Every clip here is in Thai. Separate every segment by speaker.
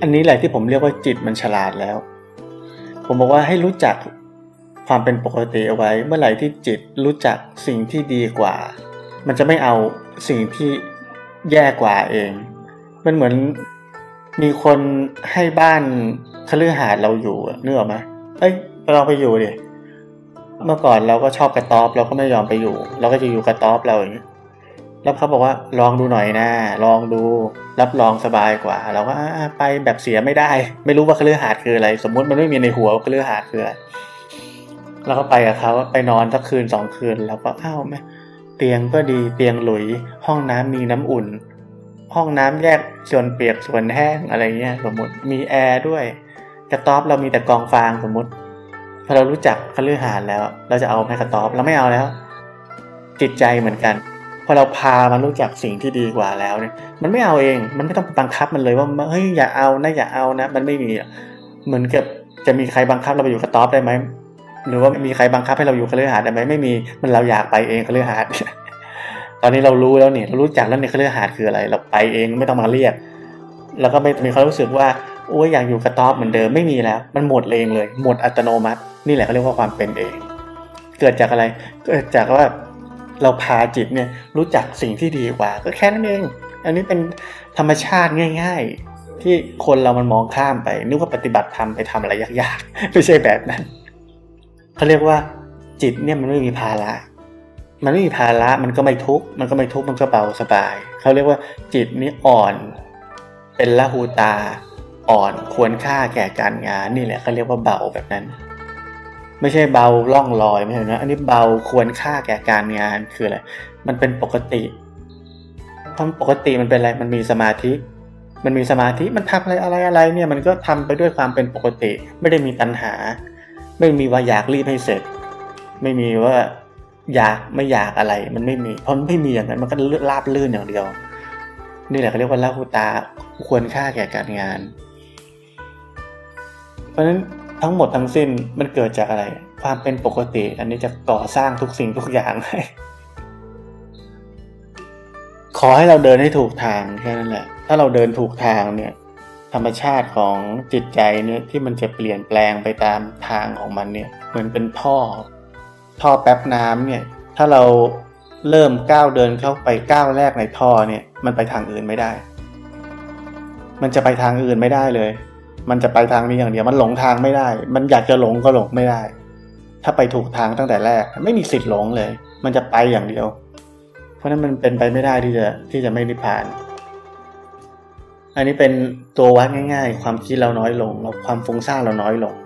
Speaker 1: นนี้แหละที่ผมเรียกว่าจิตมันฉลาดแล้วผมบอกว่าให้รู้จักความเป็นปกติเอาไว้เมื่อไหร่ที่จิตรู้จักสิ่งที่ดีกว่ามันจะไม่เอาสิ่งที่แย่กว่าเองมันเหมือนมีคนให้บ้านคฤหาสน์เราอยู่นึกออกไหมเราไปอยู่ดิเมื่อก่อนเราก็ชอบกระต๊อบเราก็ไม่ยอมไปอยู่เราก็จะอยู่กระต๊อบเราอย่างนี้แล้วเขาบอกว่าลองดูหน่อยนะลองดูรับรองสบายกว่าเราก็ไปแบบเสียไม่ได้ไม่รู้ว่าคฤหาสน์คืออะไรสมมุติมันไม่มีในหัวว่าคฤหาสน์คืออะไรเราก็ไปกับเขาไปนอนสักคืน2คืนแล้วก็แม่เตียงก็ดีเตียงหลุยห้องน้ำมีน้ำอุ่นห้องน้ำแยกส่วนเปียกส่วนแห้งอะไรเงี้ยสมมุติมีแอร์ด้วยกระต๊อบเรามีแต่กองฟางสมมุติพอเรารู้จักคฤหาสน์แล้วเราจะเอาไหมกระต๊อบเราไม่เอาแล้วจิตใจเหมือนกันพอเราพามันรู้จักสิ่งที่ดีกว่าแล้วเนี่ยมันไม่เอาเองมันไม่ต้องบังคับมันเลยว่าเฮ้ยอย่าเอานะอย่าเอานะมันไม่มีเหมือนกับจะมีใครบังคับเราไปอยู่กระต๊อบได้ไหมหรือว่ามีใครบังคับให้เราอยู่คฤหาสน์ได้ไหมไม่มีมันเราอยากไปเองคฤหาสน์ ตอนนี้เรารู้แล้วเนี่ยเรารู้จักแล้วเนี่ยคฤหาสน์คืออะไรเราไปเองไม่ต้องมาเรียกแล้วก็ไม่มีความรู้สึกว่าโอ้ยอยากอยู่กระต๊อบเหมือนเดิมไม่มีแล้วมันหมดเองเลยหมดอัตโนมัตินี่แหละเขาเรียกว่าความเป็นเองเกิดจากอะไรเกิดจากว่าเราพาจิตเนี่ยรู้จักสิ่งที่ดีกว่าก็แค่นั้นเองอันนี้เป็นธรรมชาติง่ายๆที่คนเรามันมองข้ามไปนึกว่าปฏิบัติธรรมไปทำอะไรยากๆไม่ใช่แบบนั้นเขาเรียกว่าจิตเนี่ยมันไม่มีภาระมันไม่มีภาระมันก็ไม่ทุกข์มันก็เบาสบายเขาเรียกว่าจิตนี้อ่อนเป็นละหูตาอ่อนควรค่าแก่การงานนี่แหละเขาเรียกว่าเบาแบบนั้นไม่ใช่เบาล่องลอยไม่ใช่นะอันนี้เบาควรค่าแก่การงานคืออะไรมันเป็นปกติเพราะปกติมันเป็นอะไรมันมีสมาธิมันทำอะไรเนี่ยมันก็ทำไปด้วยความเป็นปกติไม่ได้มีตัณหาไม่มีว่าอยากรีบให้เสร็จไม่มีว่าอยากไม่อยากอะไรมันไม่มีเพราะมันไม่มีอย่างนั้นมันก็ราบลื่นอย่างเดียวนี่แหละเขาเรียกว่าละหูตาควรค่าแก่การงานเพราะฉะนั้นทั้งหมดทั้งสิ้นมันเกิดจากอะไรความเป็นปกติอันนี้จะก่อสร้างทุกสิ่งทุกอย่างให้ขอให้เราเดินให้ถูกทางแค่นั้นแหละถ้าเราเดินถูกทางเนี่ยธรรมชาติของจิตใจเนี่ยที่มันจะเปลี่ยนแปลงไปตามทางของมันเนี่ยเหมือนเป็นท่อแป๊บน้ำเนี่ยถ้าเราเริ่มก้าวเดินเข้าไปก้าวแรกในท่อเนี่ยมันไปทางอื่นไม่ได้มันจะไปทางอื่นไม่ได้เลยมันจะไปทางนี้อย่างเดียวมันหลงทางไม่ได้มันอยากจะหลงก็หลงไม่ได้ถ้าไปถูกทางตั้งแต่แรกไม่มีสิทธิ์หลงเลยมันจะไปอย่างเดียวเพราะนั้นมันเป็นไปไม่ได้ที่จะไม่นิพพานอันนี้เป็นตัววัดง่ายๆความคิดเราน้อยลงความฟุ้งซ่านเราน้อยลง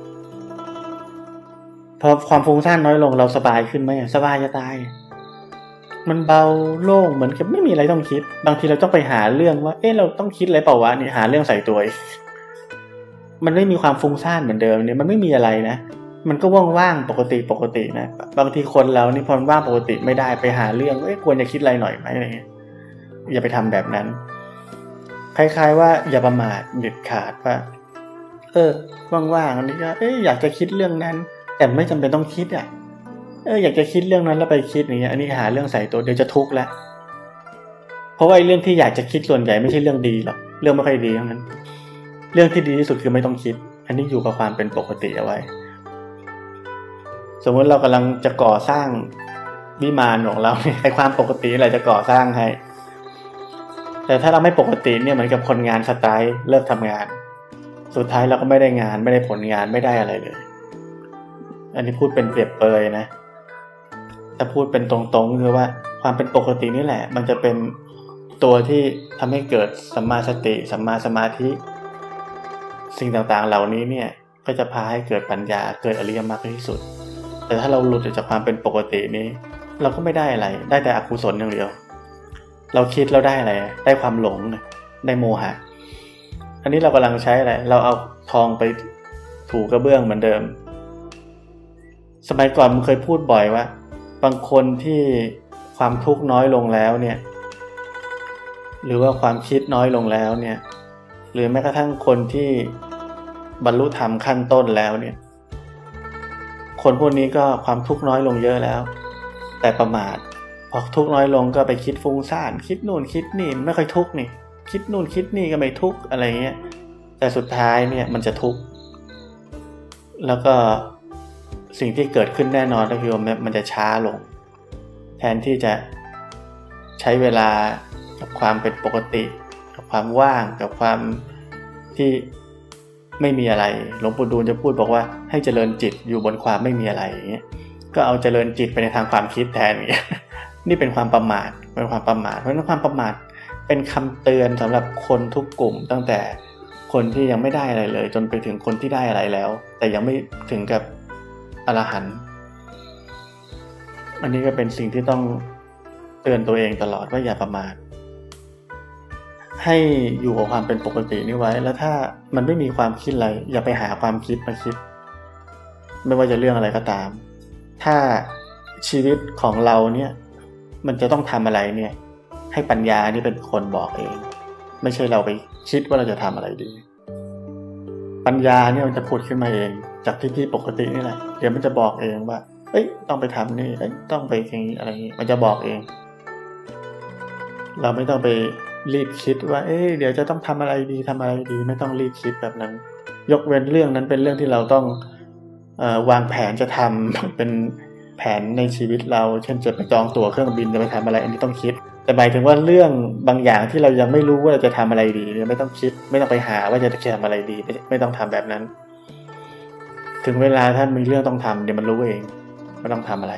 Speaker 1: พอความฟุ้งซ่านน้อยลงเราสบายขึ้นไหมสบายจะตายมันเบาโล่งเหมือนกับไม่มีอะไรต้องคิดบางทีเราต้องไปหาเรื่องว่าเราต้องคิดอะไรเปล่าวะนี่หาเรื่องใส่ตัวมันไม่มีความฟุ้งซ่านเหมือนเดิมเนี่ยมันไม่มีอะไรนะมันก็ว่างๆปกตินะบางทีคนเรานี่พอว่างปกติไม่ได้ไปหาเรื่องควรจะคิดอะไรหน่อยไหมอะไรเงี้ยอย่าไปทำแบบนั้นคล้ายๆว่าอย่าประมาทเด็ดขาดว่าว่างๆอันนี้ก็อยากจะคิดเรื่องนั้นแต่ไม่จำเป็นต้องคิดอยากจะคิดเรื่องนั้นแล้วไปคิดอย่างเงี้ยอันนี้หาเรื่องใส่ตัวเดี๋ยวจะทุกข์แล้วเพราะว่าเรื่องที่อยากจะคิดส่วนใหญ่ไม่ใช่เรื่องดีหรอกเรื่องไม่ค่อยดีทั้งนั้นเรื่องที่ดีที่สุดคือไม่ต้องคิดอันนี้อยู่กับความเป็นปกติเอาไว้สมมติเรากำลังจะก่อสร้างวิมานของเราไอ้ความปกติอะไรจะก่อสร้างให้แต่ถ้าเราไม่ปกติเนี่ยเหมือนกับคนงานสไตล์เลิกทำงานสุดท้ายเราก็ไม่ได้งานไม่ได้ผลงานไม่ได้อะไรเลยอันนี้พูดเป็นเปรียบเปรยนะถ้าพูดเป็นตรงๆคือว่าความเป็นปกตินี่แหละมันจะเป็นตัวที่ทำให้เกิดสัมมาสติสัมมาสมาธิสิ่งต่างๆเหล่านี้เนี่ยก็จะพาให้เกิดปัญญาเกิดอริยมรรคที่สุดแต่ถ้าเราหลุดจากความเป็นปกตินี้เราก็ไม่ได้อะไรได้แต่อกุศลอย่างเดียวเราคิดเราได้อะไรได้ความหลงได้โมหะอันนี้เรากำลังใช้อะไรเราเอาทองไปถูกระเบื้องเหมือนเดิมสมัยก่อนมันเคยพูดบ่อยว่าบางคนที่ความทุกข์น้อยลงแล้วเนี่ยหรือว่าความคิดน้อยลงแล้วเนี่ยหรือแม้กระทั่งคนที่บรรลุธรรมขั้นต้นแล้วเนี่ยคนพวกนี้ก็ความทุกข์น้อยลงเยอะแล้วแต่ประมาทพอทุกข์น้อยลงก็ไปคิดฟุ้งซ่านคิดนู่นคิดนี่ไม่ค่อยทุกข์นี่คิดนู่นคิดนี่ก็ไม่ทุกข์อะไรเงี้ยแต่สุดท้ายเนี่ยมันจะทุกข์แล้วก็สิ่งที่เกิดขึ้นแน่นอนก็คือมันจะช้าลงแทนที่จะใช้เวลากับความเป็นปกติกับความว่างกับความที่ไม่มีอะไรหลวงปู่ดูลจะพูดบอกว่าให้เจริญจิตอยู่บนความไม่มีอะไรอย่างเงี้ยก็เอาเจริญจิตไปในทางความคิดแทนอย่างเงี้ยนี่เป็นความประมาทเพราะฉะนั้นความประมาทเป็นคำเตือนสำหรับคนทุกกลุ่มตั้งแต่คนที่ยังไม่ได้อะไรเลยจนไปถึงคนที่ได้อะไรแล้วแต่ยังไม่ถึงกับอรหันต์อันนี้ก็เป็นสิ่งที่ต้องเตือนตัวเองตลอดว่าอย่าประมาทให้อยู่กับความเป็นปกตินี้ไว้แล้วถ้ามันไม่มีความคิดอะไรอย่าไปหาความคิดมาคิดไม่ว่าจะเรื่องอะไรก็ตามถ้าชีวิตของเราเนี่ยมันจะต้องทำอะไรเนี่ยให้ปัญญานี่เป็นคนบอกเองไม่ใช่เราไปคิดว่าเราจะทำอะไรดีปัญญาเนี่ยมันจะผุดขึ้นมาเองจากที่ปกตินี่แหละเดี๋ยวมันจะบอกเองว่าต้องไปทำนี่ต้องไปอย่างนี้อะไรอย่างนี้มันจะบอกเองเราไม่ต้องไปรีบคิดว่าเดี๋ยวจะต้องทำอะไรดีไม่ต้องรีบคิดแบบนั้นยกเว้นเรื่องนั้นเป็นเรื่องที่เราต้องวางแผนจะทำเป็นแผนในชีวิตเราเช่นจะไปจองตั๋วเครื่องบินจะไปทำอะไรอันนี้ต้องคิดแต่หมายถึงว่าเรื่องบางอย่างที่เรายังไม่รู้ว่าจะทำอะไรดีเนี่ยไม่ต้องคิดไม่ต้องไปหาว่าจะทำอะไรดีไม่ต้องทำแบบนั้นถึงเวลาท่านมีเรื่องต้องทำเดี๋ยวมันรู้เองไม่ต้องทำอะไร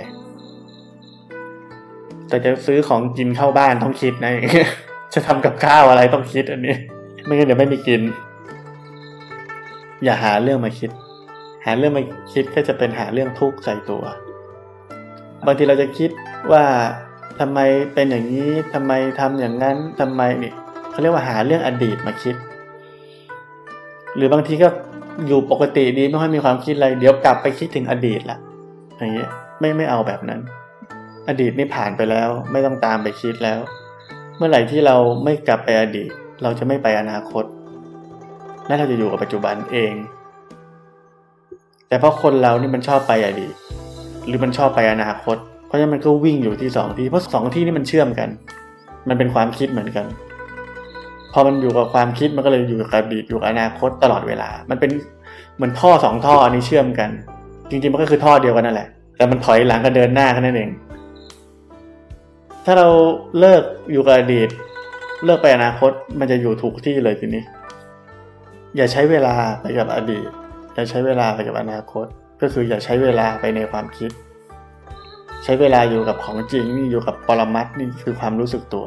Speaker 1: แต่จะซื้อของกินเข้าบ้านต้องคิดนะ จะทำกับข้าวอะไรต้องคิดอันนี้ไม่งั้นเดี๋ยวไม่มีกินอย่าหาเรื่องมาคิดหาเรื่องมาคิดก็จะเป็นหาเรื่องทุกข์ใส่ตัวบางทีเราจะคิดว่าทำไมเป็นอย่างนี้ทำไมทำอย่างนั้นทำไมนี่เขาเรียกว่าหาเรื่องอดีตมาคิดหรือบางทีก็อยู่ปกติดีไม่ค่อยมีความคิดอะไรเดี๋ยวกลับไปคิดถึงอดีตละอย่างเงี้ยไม่เอาแบบนั้นอดีตนี่ผ่านไปแล้วไม่ต้องตามไปคิดแล้วเมื่อไหร่ที่เราไม่กลับไปอดีตเราจะไม่ไปอนาคตและเราจะอยู่กับปัจจุบันเองแต่เพราะคนเรานี่มันชอบไปอดีตหรือมันชอบไปอนาคตเพราะฉะนั้นมันก็วิ่งอยู่ที่สองที่เพราะสองที่นี่มันเชื่อมกันมันเป็นความคิดเหมือนกันพอมันอยู่กับความคิดมันก็เลยอยู่กับอดีตอยู่กับอนาคตตลอดเวลามันเป็นเหมือนท่อสองท่ออันนี้เชื่อมกันจริงๆมันก็คือท่อเดียวกันนั่นแหละแต่มันถอยหลังกับเดินหน้าแค่นั้นเองถ้าเราเลิกอยู่กับอดีตเลิกไปอนาคตมันจะอยู่ถูกที่เลยทีนี้อย่าใช้เวลาไปกับอดีตอย่าใช้เวลาไปกับอนาคตก็คืออย่าใช้เวลาไปในความคิดใช้เวลาอยู่กับของจริงนี่อยู่กับปรมัตถ์นี่คือความรู้สึกตัว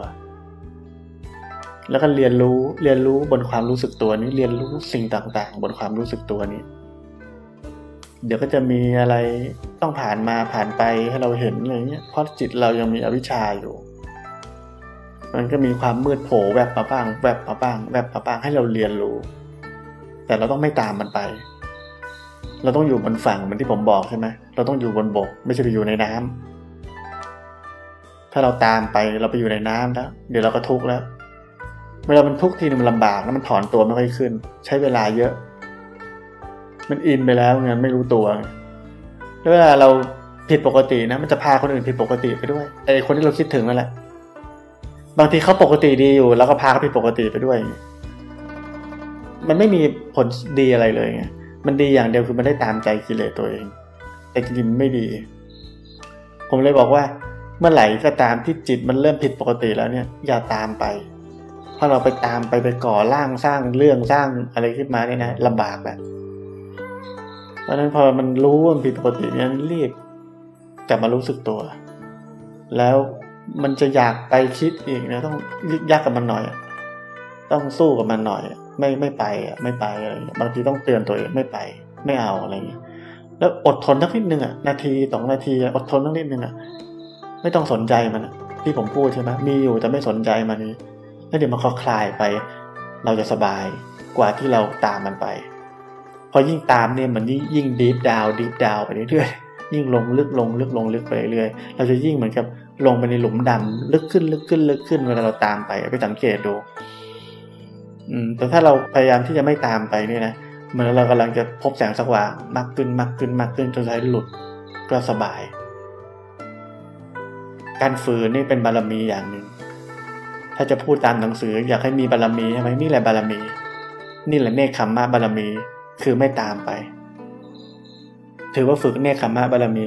Speaker 1: แล้วก็เรียนรู้บนความรู้สึกตัวนี้เรียนรู้สิ่งต่างๆบนความรู้สึกตัวนี้เดี๋ยวก็จะมีอะไรต้องผ่านไปให้เราเห็นอะไรเงี้ยเพราะจิตเรายังมีอวิชชาอยู่มันก็มีความมืดโผล่แวบมาบ้างให้เราเรียนรู้แต่เราต้องไม่ตามมันไปเราต้องอยู่บนฝั่งเหมือนที่ผมบอกใช่ไหมเราต้องอยู่บนบกไม่ใช่ไปอยู่ในน้ำถ้าเราตามไปเราไปอยู่ในน้ำแล้วเดี๋ยวเราก็ทุกข์แล้วเวลามันทุกข์ทีนึงมันลำบากแล้วมันถอนตัวไม่ค่อยขึ้นใช้เวลาเยอะมันอินไปแล้วงั้นไม่รู้ตัวแล้วเวลาเราผิดปกตินะมันจะพาคนอื่นผิดปกติไปด้วยไอ้คนที่เราคิดถึงนั่นแหละบางทีเขาปกติดีอยู่แล้วก็พาเขาผิดปกติไปด้วยมันไม่มีผลดีอะไรเลยไงมันดีอย่างเดียวคือมันได้ตามใจกิเลสตัวเองแต่จริงๆไม่ดีผมเลยบอกว่าเมื่อไหร่ก็ตามที่จิตมันเริ่มผิดปกติแล้วเนี่ยอย่าตามไปเพราะเราไปตามไปก่อร่างสร้างเรื่องสร้างอะไรขึ้นมาเนี่ยนะลำบากแบบเพราะฉะนั้นพอมันรู้ว่ามันผิดปกติเนี่ยรีบกลับมารู้สึกตัวแล้วมันจะอยากไปคิดอีกนะต้องยึกยักกับมันหน่อยต้องสู้กับมันหน่อยไม่ไปอะไรบางทีต้องเตือนตัวเองไม่ไปไม่เอาอะไรอย่างเงี้ยแล้วอดทนสักนิดนึงนาที2นาทีอดทนสักนิดนึงไม่ต้องสนใจมันที่ผมพูดใช่ไหมมีอยู่แต่ไม่สนใจมันนี้แล้วเดี๋ยวมันคลายไปเราจะสบายกว่าที่เราตามมันไปพอยิ่งตามเนี่ยมันยิ่งดีฟดาวไปเรื่อยๆยิ่งลงลึกไปเรื่อยๆเราจะยิ่งเหมือนกับลงไปในหลุมดำลึกขึ้นเวลาเราตามไปสังเกตดูแต่ถ้าเราพยายามที่จะไม่ตามไปเนี่ยนะเหมือนเรากำลังจะพบแสงสว่างมากขึ้นจนท้ายหลุดก็สบายการฝืนนี่เป็นบารมีอย่างหนึ่งถ้าจะพูดตามหนังสืออยากให้มีบารมีใช่ไหมนี่แหละบารมีนี่แหละเนกขัมมะบารมี คือไม่ตามไป ถือว่าฝึกเนกขัมมะบารมี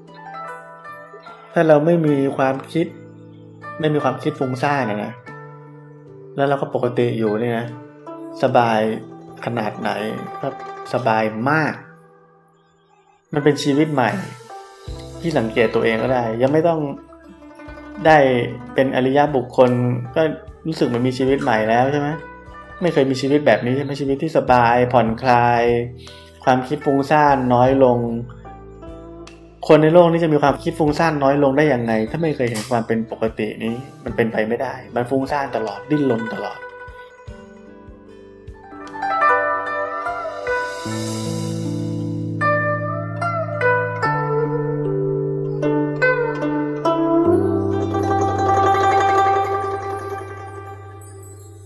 Speaker 1: ถ้าเราไม่มีความคิดฟุ้งซ่านนะแล้วเราก็ปกติอยู่นี่นะสบายขนาดไหนครับสบายมากมันเป็นชีวิตใหม่ที่สังเกตตัวเองก็ได้ยังไม่ต้องได้เป็นอริยบุคคลก็รู้สึกมันมีชีวิตใหม่แล้วใช่ไหมไม่เคยมีชีวิตแบบนี้ใช่ไหมชีวิตที่สบายผ่อนคลายความคิดฟุ้งซ่านน้อยลงคนในโลกนี้จะมีความคิดฟุ้งซ่านน้อยลงได้ยังไงถ้าไม่เคยเห็นความเป็นปกตินี้มันเป็นไปไม่ได้มันฟุ้งซ่านตลอดดิ้นรนตลอด